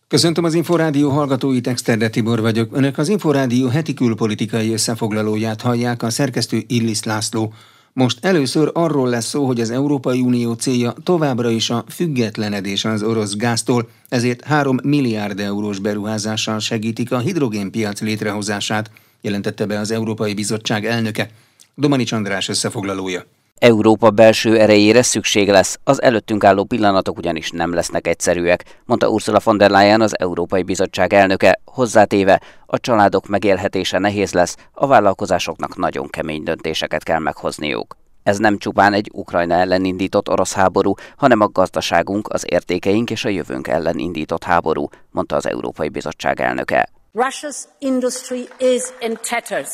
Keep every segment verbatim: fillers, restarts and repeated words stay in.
Köszöntöm az Inforádió hallgatóit, Exterde Tibor vagyok. Önök az Inforádió heti külpolitikai összefoglalóját hallják, a szerkesztő Illis László. Most először arról lesz szó, hogy az Európai Unió célja továbbra is a függetlenedés az orosz gáztól, ezért három milliárd eurós beruházással segítik a hidrogénpiac létrehozását, jelentette be az Európai Bizottság elnöke. Domanics András összefoglalója. Európa belső erejére szükség lesz, az előttünk álló pillanatok ugyanis nem lesznek egyszerűek, mondta Ursula von der Leyen, az Európai Bizottság elnöke, hozzátéve, a családok megélhetése nehéz lesz, a vállalkozásoknak nagyon kemény döntéseket kell meghozniuk. Ez nem csupán egy Ukrajna ellen indított orosz háború, hanem a gazdaságunk, az értékeink és a jövőnk ellen indított háború, mondta az Európai Bizottság elnöke. Russia's industry is in tatters.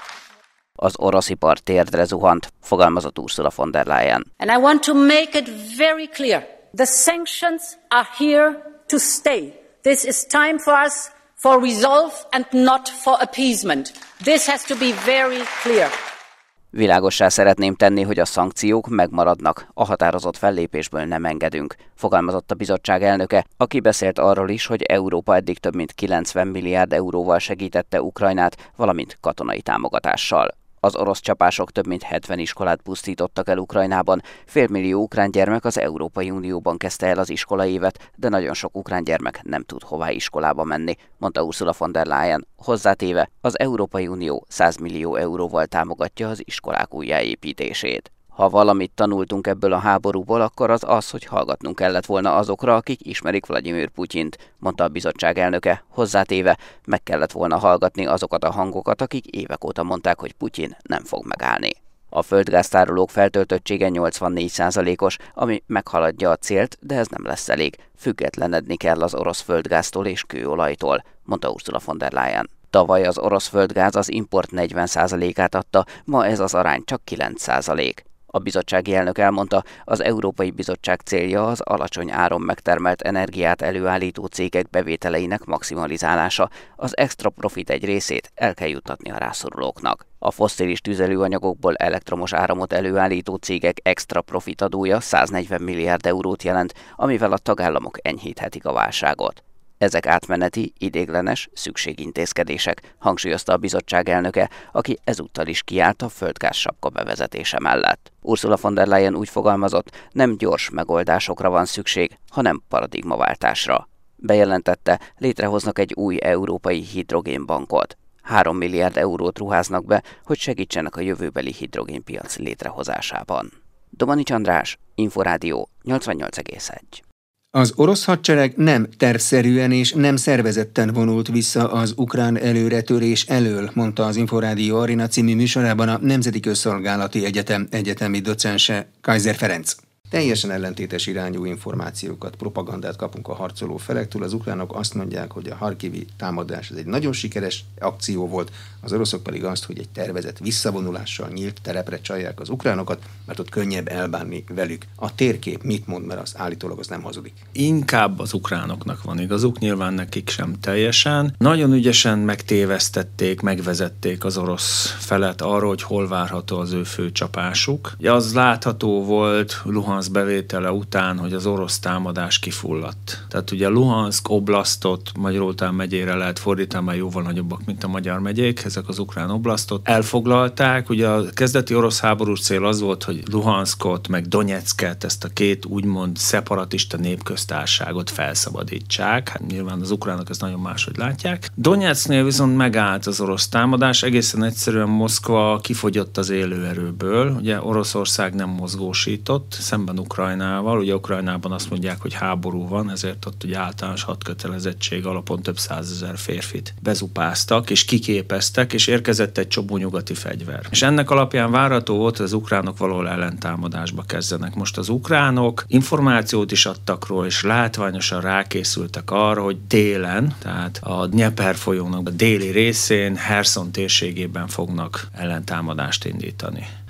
Az orosz ipar térdre zuhant, fogalmazott Ursula von der Leyen. And I want to make it very clear. The sanctions are here to stay. This is time for us for resolve and not for appeasement. This has to be very clear. Világossá szeretném tenni, hogy a szankciók megmaradnak, a határozott fellépésből nem engedünk, fogalmazott a bizottság elnöke, aki beszélt arról is, hogy Európa eddig több mint kilencven milliárd euróval segítette Ukrajnát, valamint katonai támogatással. Az orosz csapások több mint hetven iskolát pusztítottak el Ukrajnában, félmillió ukrán gyermek az Európai Unióban kezdte el az iskolaévet, de nagyon sok ukrán gyermek nem tud hová iskolába menni, mondta Ursula von der Leyen. Hozzátéve, az Európai Unió száz millió euróval támogatja az iskolák újjáépítését. Ha valamit tanultunk ebből a háborúból, akkor az az, hogy hallgatnunk kellett volna azokra, akik ismerik Vlagyimir Putyint, mondta a bizottság elnöke, hozzátéve, meg kellett volna hallgatni azokat a hangokat, akik évek óta mondták, hogy Putyin nem fog megállni. A földgáztárolók feltöltöttsége nyolcvannégy százalékos, ami meghaladja a célt, de ez nem lesz elég. Függetlenedni kell az orosz földgáztól és kőolajtól, mondta Ursula von der Leyen. Tavaly az orosz földgáz az import negyven százalékát adta, ma ez az arány csak kilenc százalék. A bizottsági elnök elmondta, az Európai Bizottság célja az alacsony áron megtermelt energiát előállító cégek bevételeinek maximalizálása, az extra profit egy részét el kell juttatni a rászorulóknak. A fosszilis tüzelőanyagokból elektromos áramot előállító cégek extra profit adója száznegyven milliárd eurót jelent, amivel a tagállamok enyhíthetik a válságot. Ezek átmeneti, ideiglenes szükségintézkedések, hangsúlyozta a bizottság elnöke, aki ezúttal is kiállt a földgáz sapka bevezetése mellett. Ursula von der Leyen úgy fogalmazott, nem gyors megoldásokra van szükség, hanem paradigmaváltásra. Bejelentette, létrehoznak egy új európai hidrogénbankot. Három milliárd eurót ruháznak be, hogy segítsenek a jövőbeli hidrogénpiac létrehozásában. Domanics András, Inforádió nyolcvannyolc egész egy. Az orosz hadsereg nem tervszerűen és nem szervezetten vonult vissza az ukrán előretörés elől, mondta az Inforádió Arena című műsorában a Nemzeti Közszolgálati Egyetem egyetemi docense Kaiser Ferenc. Teljesen ellentétes irányú információkat, propagandát kapunk a harcoló felektől. Az ukránok azt mondják, hogy a harkivi támadás ez egy nagyon sikeres akció volt, az oroszok pedig azt, hogy egy tervezett visszavonulással nyílt terepre csalják az ukránokat, mert ott könnyebb elbánni velük. A térkép mit mond, mert az állítólag az nem hazudik? Inkább az ukránoknak van igazuk, nyilván nekik sem teljesen. Nagyon ügyesen megtévesztették, megvezették az orosz felet arról, hogy hol várható az ő főcsapásuk. Az látható volt Luhansk bevétele után, hogy az orosz támadás kifulladt. Tehát ugye Luhansk oblasztot magyarul talán megyére lehet fordítani, mert jóval nagyobbak, mint a magyar megyék, ezek az ukrán oblasztot elfoglalták. Ugye a kezdeti orosz háborús cél az volt, hogy Luhanskot, meg Donyecket, ezt a két úgymond szeparatista népköztárságot felszabadítsák. Hát nyilván az ukránok ezt nagyon máshogy látják. Donyecknél viszont megállt az orosz támadás, egészen egyszerűen Moszkva kifogyott az élőerőből. Ugye Oroszország nem mozgósított, szemben Ukrajnával. Ugye Ukrajnában azt mondják, hogy háború van, ezért ott ugye általános hadkötelezettség alapon több százezer férfit bezupáztak, és kiképeztek, és érkezett egy csomó nyugati fegyver. És ennek alapján várható volt, hogy az ukránok valahol ellentámadásba kezdenek. Most az ukránok információt is adtak róla, és látványosan rákészültek arra, hogy télen, tehát a Dnyeper folyónak a déli részén, Herson térségében fognak ellentámadást indítani.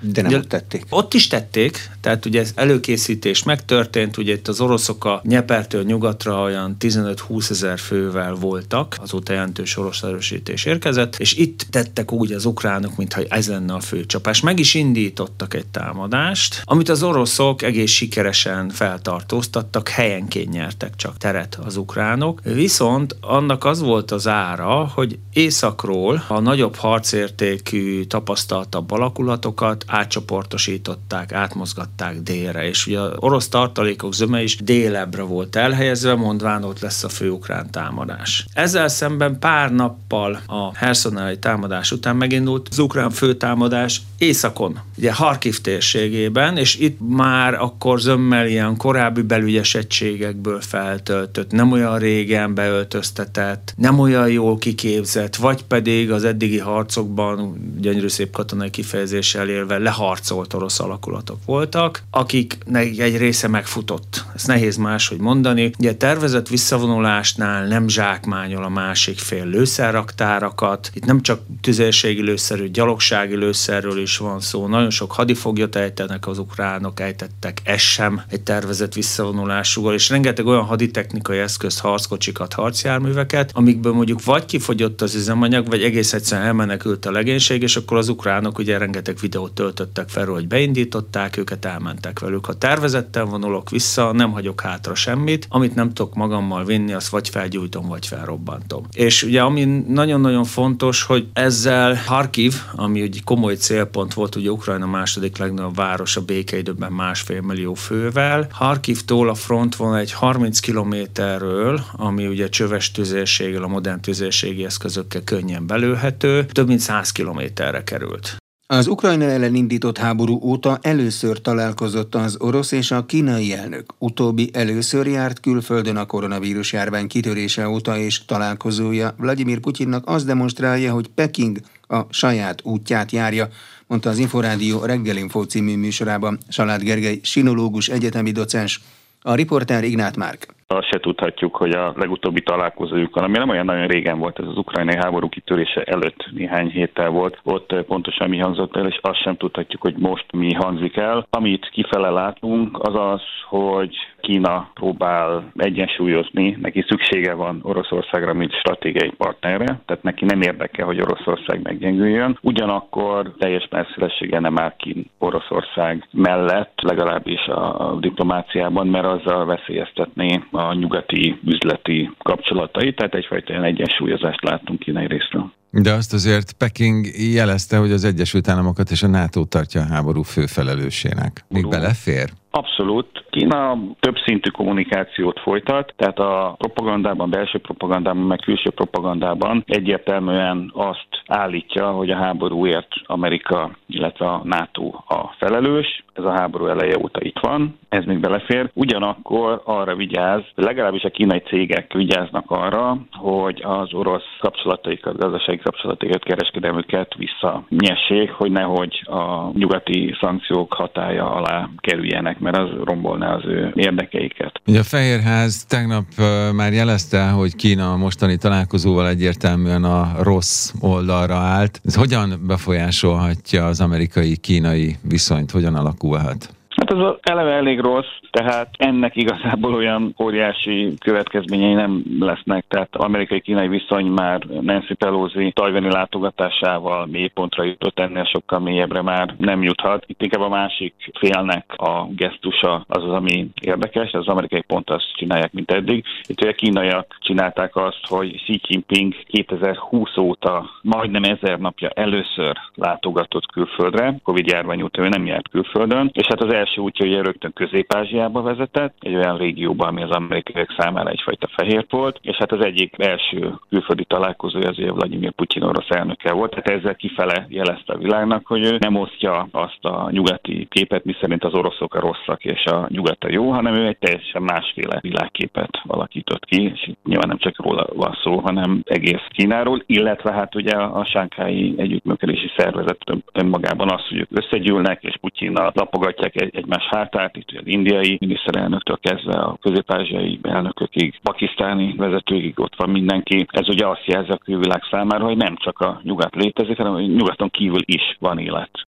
De nem ugye, ott tették. Ott is tették, tehát ugye ez előkészítés megtörtént, ugye itt az oroszok a Nyepertől nyugatra olyan tizenöt-húsz ezer fővel voltak, azóta jelentős orosz erősítés érkezett, és itt tettek úgy az ukránok, mintha ez lenne a főcsapás. Meg is indítottak egy támadást, amit az oroszok egész sikeresen feltartóztattak, helyenként nyertek csak teret az ukránok. Viszont annak az volt az ára, hogy északról a nagyobb harcértékű, tapasztaltabb alakulatokat átcsoportosították, átmozgatták délre, és ugye az orosz tartalékok zöme is délebbre volt elhelyezve, mondván ott lesz a fő ukrán támadás. Ezzel szemben pár nappal a herszonai támadás után megindult az ukrán főtámadás északon, ugye Harkiv térségében, és itt már akkor zömmel ilyen korábbi belügyes egységekből feltöltött, nem olyan régen beöltöztetett, nem olyan jól kiképzett, vagy pedig az eddigi harcokban, gyönyörű szép katonai kifejezéssel élve leharcolt orosz alakulatok voltak, akiknek egy része megfutott. Ez nehéz máshogy mondani. Ugye tervezett visszavonulásnál nem zsákmányol a másik fél lőszerraktárakat, itt nem csak tüzérségi lőszerű, gyalogsági lőszerről is van szó, nagyon sok hadifoglyot ejtenek az ukránok, ejtettek, ez sem egy tervezett visszavonulásúval, és rengeteg olyan haditechnikai eszközt, harckocsikat, harcjárműveket, amikből mondjuk vagy kifogyott az üzemanyag, vagy egész egyszerűen elmenekült a legénység, és akkor az ukránok ugye rengeteg videót töltöttek fel, hogy beindították, őket elmentek velük. Ha tervezetten vonulok vissza, nem hagyok hátra semmit, amit nem tudok magammal vinni, azt vagy felgyújtom, vagy felrobbantom. És ugye ami nagyon-nagyon fontos, hogy ezzel Harkiv, ami ugye komoly célpont volt, ugye Ukrajna második legnagyobb város a békeidőben másfél millió fővel, Harkivtól a frontvonal egy harminc kilométerről, ami ugye csöves tüzérséggel, a modern tüzérségi eszközökkel könnyen belőhető, több mint száz kilométerre került. Az Ukrajna ellen indított háború óta először találkozott az orosz és a kínai elnök. Utóbbi először járt külföldön a koronavírus járvány kitörése óta, és találkozója Vladimir Putyinnak azt demonstrálja, hogy Peking a saját útját járja, mondta az Inforádió Reggelinfo című műsorában Salád Gergely, sinológus, egyetemi docens, a riporter Ignát Márk. Azt se tudhatjuk, hogy a legutóbbi találkozójukon, ami nem olyan nagyon régen volt, ez az ukrajnai háború kitörése előtt néhány héttel volt, ott pontosan mi hangzott el, és azt sem tudhatjuk, hogy most mi hangzik el. Amit kifele látunk, az az, hogy Kína próbál egyensúlyozni, neki szüksége van Oroszországra, mint stratégiai partnerre, tehát neki nem érdekel, hogy Oroszország meggyengüljön. Ugyanakkor teljes messzélességgel nem áll ki Oroszország mellett, legalábbis a diplomáciában, mert azzal veszélyeztetné a nyugati üzleti kapcsolatait, tehát egyfajta ilyen egyensúlyozást láttunk kínai részről. De azt azért Peking jelezte, hogy az Egyesült Államokat és a NATO tartja a háború főfelelősének. Még belefér? Abszolút. Kína többszintű kommunikációt folytat, tehát a propagandában, belső propagandában, meg külső propagandában egyértelműen azt állítja, hogy a háborúért Amerika, illetve a NATO a felelős. Ez a háború eleje óta itt van, ez még belefér. Ugyanakkor arra vigyáz, legalábbis a kínai cégek vigyáznak arra, hogy az orosz kapcsolataikat, gazdasági kapcsolataikat, kereskedelmüket visszanyessék, hogy nehogy a nyugati szankciók hatálya alá kerüljenek, mert az rombolná az ő érdekeiket. Ugye a Fehérház tegnap uh, már jelezte, hogy Kína a mostani találkozóval egyértelműen a rossz oldalra állt. Ez hogyan befolyásolhatja az amerikai-kínai viszonyt? Hogyan alakulhat? Hát ez az eleve elég rossz, tehát ennek igazából olyan óriási következményei nem lesznek, tehát amerikai-kínai viszony már Nancy Pelosi tajvani látogatásával mélypontra jutott, ennél sokkal mélyebbre már nem juthat. Itt inkább a másik félnek a gesztusa az az, ami érdekes, az amerikai pont azt csinálják, mint eddig. Itt a kínaiak csinálták azt, hogy Xi Jinping kétezer-húsz óta majdnem ezer napja először látogatott külföldre, Covid járvány óta ő nem járt külföldön, és hát az első útja ugye rögtön Közép-Ázsiába vezetett, egy olyan régióban, ami az amerikaiak számára egyfajta fehér volt, és hát az egyik első külföldi találkozója az Vladimir Putyin orosz elnökkel volt, tehát ezzel kifele jelezte a világnak, hogy ő nem osztja azt a nyugati képet, miszerint az oroszok a rosszak és a nyugat a jó, hanem ő egy teljesen másféle világképet alakított ki, és nyilván nem csak róla van szó, hanem egész Kínáról, illetve hát ugye a Sánghái Együttműködési Szervezet önmagában az, hogy ők összegyűlnek, és Putyinnal lapogatják egy egymás hátát, itt az indiai miniszterelnöktől kezdve a közép-ázsiai elnökökig, pakisztáni vezetőig ott van mindenki. Ez ugye azt jelzi a külvilág számára, hogy nem csak a nyugat létezik, hanem a nyugaton kívül is van élet.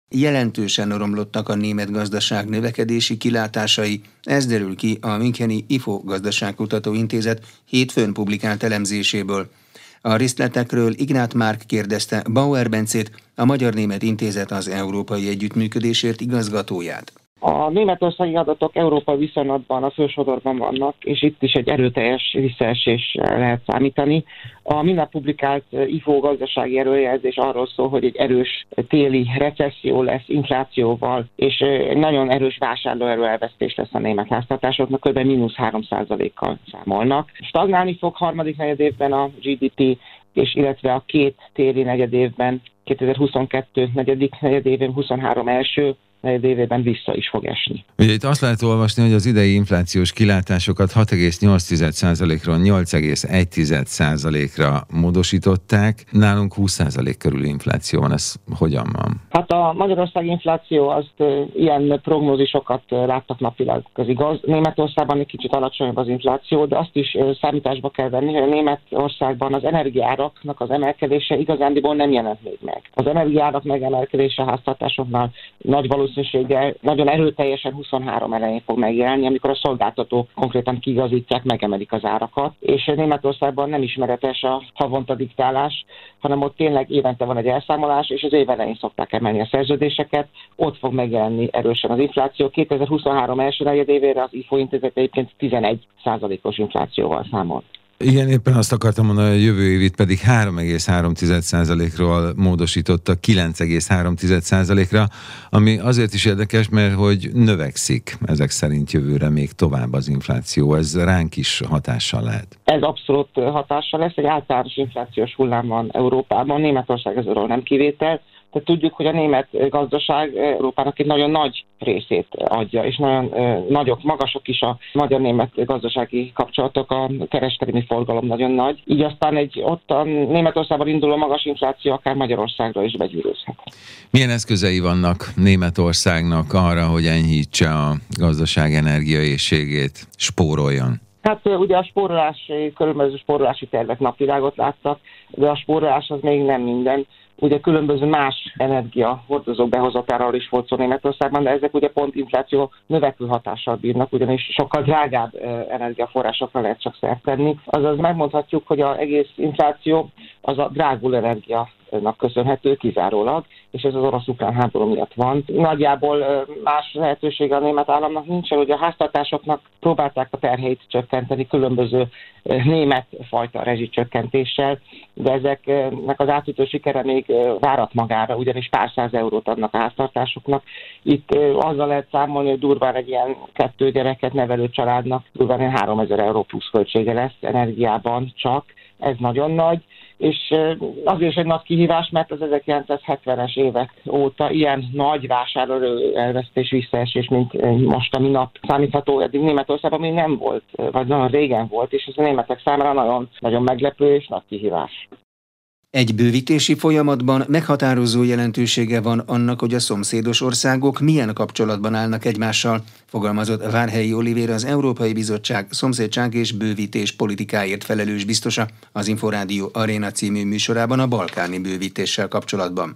Jelentősen romlottak a német gazdaság növekedési kilátásai, ez derül ki a müncheni I F O Gazdaságkutató Intézet hétfőn publikált elemzéséből. A részletekről Ignát Márk kérdezte Bauer Bencét, a Magyar-Német Intézet az Európai Együttműködésért igazgatóját. A németországi adatok európai viszonylatban a fősodorban vannak, és itt is egy erőteljes visszaesésre lehet számítani. A minap publikált I F O gazdasági előrejelzés arról szól, hogy egy erős téli recesszió lesz inflációval, és egy nagyon erős vásárlóerő elvesztés lesz a német háztartásoknak, kb. mínusz három százalékkal számolnak. Stagnálni fog harmadik negyedévben a G D P, és illetve a két téli negyedévben, kétezer-huszonkettő negyedik negyedévén, huszonhárom első negyedévében vissza is fog esni. Ugye itt azt lehet olvasni, hogy az idei inflációs kilátásokat hat egész nyolc százalékról nyolc egész egy százalékra módosították. Nálunk húsz százalék körüli infláció van, ez hogyan van? Hát a magyarországi infláció, azt e, ilyen prognózisokat e, láttak napvilág, az igaz. Németországban egy kicsit alacsonyabb az infláció, de azt is e, számításba kell venni, hogy a Németországban az energiáraknak az emelkedése igazándiból nem jelent még meg. Az energiárak megemelkedése a háztartásoknál nagy valószínűséggel nagyon erőteljesen huszonhárom elején fog megjelenni, amikor a szolgáltatók konkrétan kiigazítják, megemelik az árakat. És Németországban nem ismeretes a havonta diktálás, hanem ott tényleg évente van egy elszámolás, és az év elején szokták emelni a szerződéseket, ott fog megjelenni erősen az infláció. kétezer-huszonhárom első negyedévére az I F O Intézet egyébként tizenegy százalékos inflációval számolt. Igen, éppen azt akartam mondani, hogy a jövő évit pedig három egész három százalékról módosította kilenc egész három százalékra, ami azért is érdekes, mert hogy növekszik ezek szerint jövőre még tovább az infláció. Ez ránk is hatással lehet. Ez abszolút hatással lesz. Egy általános inflációs hullám van Európában, Németország ezzel nem kivétel. Tehát tudjuk, hogy a német gazdaság Európának egy nagyon nagy részét adja, és nagyon nagyok, magasok is a magyar-német gazdasági kapcsolatok, a kereskedelmi forgalom nagyon nagy. Így aztán egy ott a Németországban induló magas infláció akár Magyarországra is begyűrűzhet. Milyen eszközei vannak Németországnak arra, hogy enyhítse a gazdaság energiaéhségét, spóroljon? Hát ugye a spórolási, különböző spórolási tervek napvilágot láttak, de a spórolás az még nem minden. Ugye különböző más energiahordozók behozatáról is volt szó Németországban, de ezek ugye pont infláció növekvő hatással bírnak, ugyanis sokkal drágább energiaforrásokra lehet csak szert tenni. Azaz megmondhatjuk, hogy az egész infláció az a drágul energiának köszönhető kizárólag, és ez az orosz-ukrán háború miatt van. Nagyjából más lehetősége a német államnak nincsen, hogy a háztartásoknak próbálták a terheit csökkenteni különböző német fajta rezsicsökkentéssel, de ezeknek az átütő sikere még várat magára, ugyanis pár száz eurót adnak a háztartásoknak. Itt azzal lehet számolni, hogy durván egy ilyen kettő gyereket nevelő családnak durván ilyen háromezer euró plusz költsége lesz energiában csak. Ez nagyon nagy, és azért is egy nagy kihívás, mert az ezerkilencszázhetvenes évek óta ilyen nagy vásárló elvesztés, visszaesés, mint most a minap számítható, eddig Németországban még nem volt, vagy nagyon régen volt, és ez a németek számára nagyon, nagyon meglepő és nagy kihívás. Egy bővítési folyamatban meghatározó jelentősége van annak, hogy a szomszédos országok milyen kapcsolatban állnak egymással, fogalmazott Várhelyi Olivér, az Európai Bizottság szomszédság és bővítés politikáért felelős biztosa az Inforádió Aréna című műsorában a balkáni bővítéssel kapcsolatban.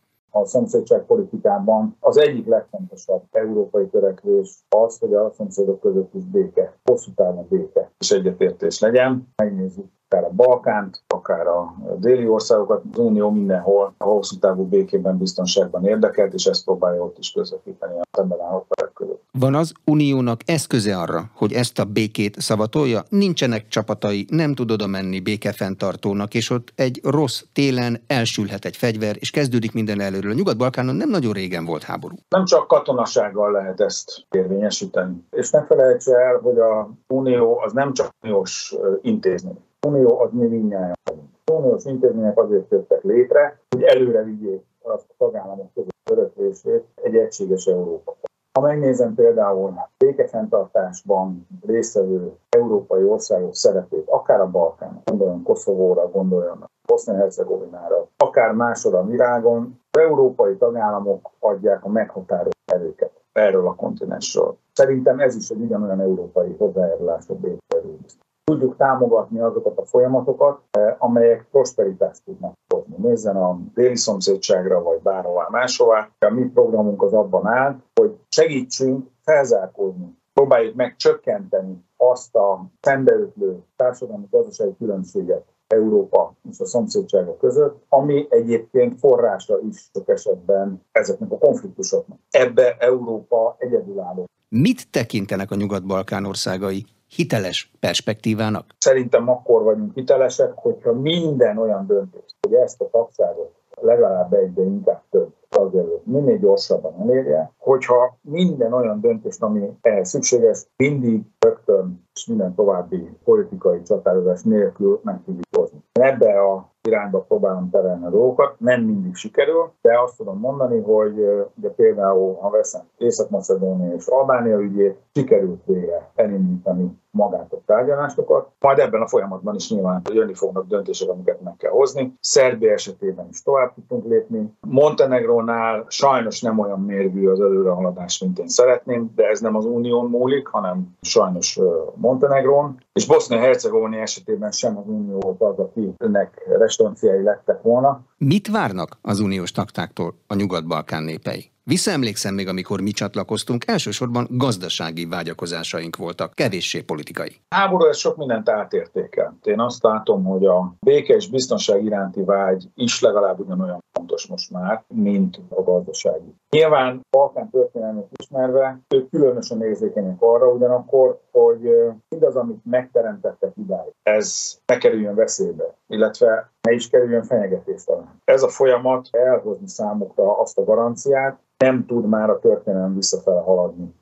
A szomszédságpolitikában az egyik legfontosabb európai törekvés az, hogy a szomszédok között is béke, hosszú távú béke és egyetértés legyen. Megnézzük akár a Balkánt, akár a déli országokat, az Unió mindenhol a hosszú távú békében, biztonságban érdekelt, és ezt próbálja ott is közvetíteni a szemben álló felek között. Van az Uniónak eszköze arra, hogy ezt a békét szavatolja? Nincsenek csapatai, nem tud oda menni békefenntartónak, és ott egy rossz télen elsülhet egy fegyver, és kezdődik minden előről. A Nyugat-Balkánon nem nagyon régen volt háború. Nem csak katonasággal lehet ezt érvényesíteni. És ne felejtse el, hogy az Unió az nem csak uniós intézmény. Unió az mi mindnyájan vagyunk. Az uniós intézmények azért jöttek létre, hogy előre vigyék azt a tagállamok között öröklését egy egységes Európa. Ha megnézem például békefenntartásban résztvevő európai országok szerepét, akár a Balkánon, gondoljon Koszovóra, gondoljon Bosznia-Hercegovinára, akár máshol a világon, az európai tagállamok adják a meghatározó erőket erről a kontinensről. Szerintem ez is egy ugyanolyan európai hozzájárulás a békeerőből. tudjuk támogatni azokat a folyamatokat, amelyek prosperitást tudnak hozni. Nézzen a déli szomszédságra, vagy bárhová máshová. A mi programunk az abban áll, hogy segítsünk felzárkózni. Próbáljuk meg csökkenteni azt a szembeötlő társadalmi-gazdasági különbséget Európa és a szomszédságok között, ami egyébként forrása is sok esetben ezeknek a konfliktusoknak. Ebbe Európa egyedülálló. Mit tekintenek a Nyugat-Balkán országai hiteles perspektívának? Szerintem akkor vagyunk hitelesek, hogyha minden olyan döntés, hogy ezt a tagságot legalább egy, de inkább több tagjelölt minél gyorsabban elérje, hogyha minden olyan döntést, ami ehhez szükséges, mindig rögtön és minden további politikai csatározás nélkül meg tudjuk hozni. Ebbe a irányba próbálom terelni a dolgokat, nem mindig sikerül, de azt tudom mondani, hogy ugye például, ha veszem Észak-Macedónia és Albánia ügyét, sikerült végre elindítani magát a tárgyalásokat. Majd ebben a folyamatban is nyilván jönni fognak döntések, amiket meg kell hozni. Szerbia esetében is tovább tudtunk lépni. Montenegrónál sajnos nem olyan mérvű az előrehaladás, mint én szeretném, de ez nem az unión múlik, hanem sajnos Montenegrón. És Bosznia-Hercegovina esetében sem az unió az, akinek restanciái lettek volna. Mit várnak az uniós tagtáktól a Nyugat-Balkán népei? Visszaemlékszem még, amikor mi csatlakoztunk, elsősorban gazdasági vágyakozásaink voltak, kevéssé politikai. Háború ez sok mindent átértékel. Én azt látom, hogy a béke és biztonság iránti vágy is legalább ugyanolyan fontos most már, mint a gazdasági. Nyilván Balkán történelmét ismerve, ők különösen érzékenyek arra ugyanakkor, hogy mindaz, amit megteremtettek idáig, ez ne kerüljön veszélybe, illetve ne is kerüljön fenyegetést alá. Ez a folyamat elhozni számukra azt a garanciát, nem tud már a történelem visszafele haladni.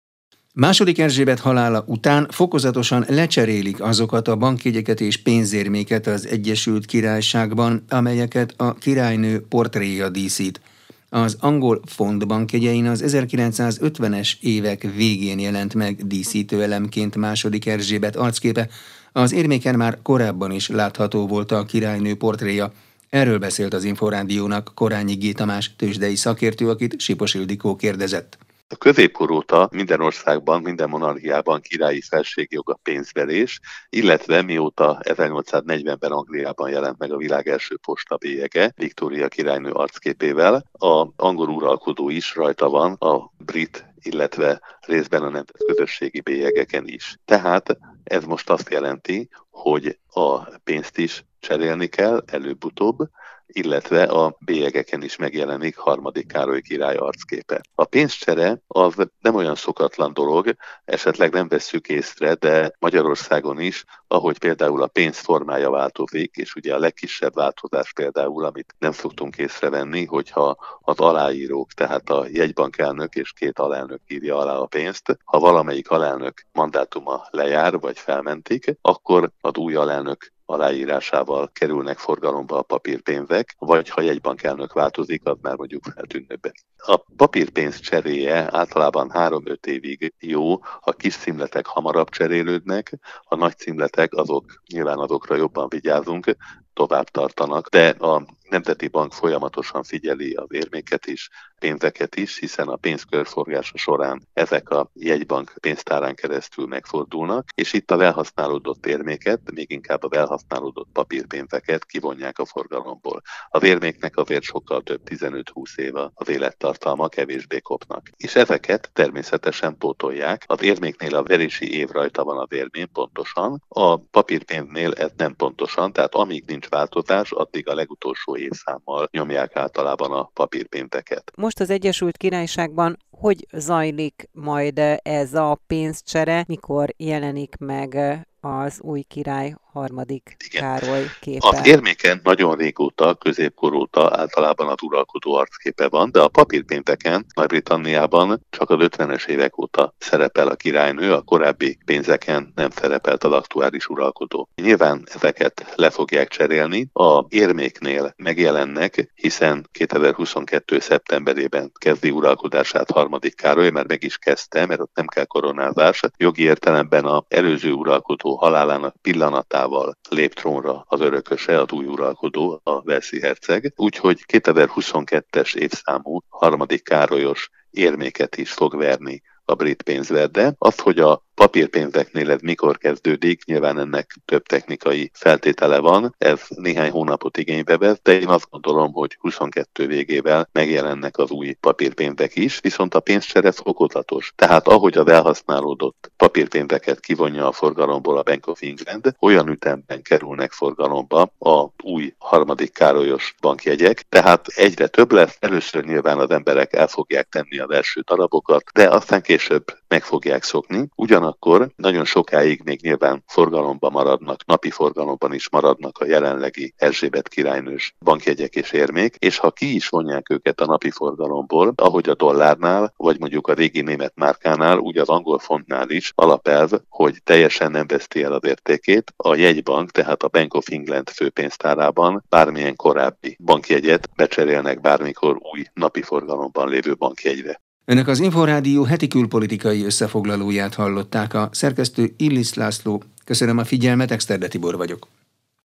Második Erzsébet halála után fokozatosan lecserélik azokat a bankjegyeket és pénzérméket az Egyesült Királyságban, amelyeket a királynő portréja díszít. Az angol font bankjegyein az ezerkilencszázötvenes évek végén jelent meg díszítőelemként második Erzsébet arcképe, az érméken már korábban is látható volt a királynő portréja. Erről beszélt az Inforádiónak Korányi G. Tamás tőzsdei szakértő, akit Sipos Ildikó kérdezett. A középkor óta minden országban, minden monarchiában királyi felségjog a pénzverés, illetve mióta ezernyolcszáznegyvenben Angliában jelent meg a világ első postabélyege, Viktória királynő arcképével, az angol uralkodó is rajta van a brit, illetve részben a nemzetközösségi bélyegeken is. Tehát ez most azt jelenti, hogy a pénzt is cserélni kell előbb-utóbb, illetve a bélyegeken is megjelenik harmadik Károly király arcképe. A pénzcsere az nem olyan szokatlan dolog, esetleg nem vesszük észre, de Magyarországon is, ahogy például a pénz formája változik, és ugye a legkisebb változás például, amit nem szoktunk észrevenni, hogyha az aláírók, tehát a jegybankelnök és két alelnök írja alá a pénzt, ha valamelyik alelnök mandátuma lejár vagy felmentik, akkor az új alelnök aláírásával kerülnek forgalomba a papírpénzek, vagy ha jegybankelnök változik, az már mondjuk feltűnőbb. A papírpénz cseréje általában három-öt évig jó, a kis címletek hamarabb cserélődnek, a nagy címletek azok, nyilván azokra jobban vigyázunk, tovább tartanak, de a Nemzeti Bank folyamatosan figyeli az érméket is, pénzeket is, hiszen a pénz körforgása során ezek a jegybank pénztárán keresztül megfordulnak, és itt a elhasználódott érméket, még inkább az elhasználódott papírpénzeket kivonják a forgalomból. Az érméknek azért sokkal több, tizenöt-húsz év az élettartalma, kevésbé kopnak. És ezeket természetesen pótolják. Az érméknél a verési év rajta van az érmén pontosan, a papírpénznél ez nem pontosan, tehát amíg nincs változás, addig a legutolsó évszámmal nyomják általában a papírpénzeket. Most az Egyesült Királyságban hogy zajlik majd ez a pénzcsere, mikor jelenik meg az új király harmadik Igen. Károly képe? Az érméken nagyon régóta, középkor óta általában az uralkodó arcképe van, de a papírpénzeken Nagy-Britanniában csak az ötvenes évek óta szerepel a királynő, a korábbi pénzeken nem szerepelt az aktuális uralkodó. Nyilván ezeket le fogják cserélni, a érméknél megjelennek, hiszen kétezer-huszonkettő szeptemberében kezdi uralkodását harmadik Károly, már meg is kezdte, mert ott nem kell koronázás. Jogi értelemben az előző uralkodó halálának pillanatával lép trónra az örököse, az új uralkodó, a walesi herceg. Úgyhogy kétezer-huszonkettes évszámú harmadik Károlyos érméket is fog verni a brit pénzver, de azt, hogy a papírpénzeknél ez mikor kezdődik, nyilván ennek több technikai feltétele van, ez néhány hónapot igénybe vesz, de én azt gondolom, hogy huszonkettő végével megjelennek az új papírpénzek is, viszont a pénzcsere fokozatos. Tehát ahogy az elhasználódott papírpénzeket kivonja a forgalomból a Bank of England, olyan ütemben kerülnek forgalomba a új harmadik Károlyos bankjegyek, tehát egyre több lesz, először nyilván az emberek el fogják tenni az első darabokat, de aztán később meg fogják szokni. Ugyanakkor nagyon sokáig még nyilván forgalomban maradnak, napi forgalomban is maradnak a jelenlegi Erzsébet királynős bankjegyek és érmék, és ha ki is vonják őket a napi forgalomból, ahogy a dollárnál, vagy mondjuk a régi német márkánál, úgy az angol fontnál is alapelv, hogy teljesen nem veszti el az értékét, a jegybank, tehát a Bank of England főpénztárában bármilyen korábbi bankjegyet becserélnek bármikor új napi forgalomban lévő bankjegyre. Önök az Inforádió heti külpolitikai összefoglalóját hallották, a szerkesztő Illis László. Köszönöm a figyelmet, Exterde Tibor vagyok.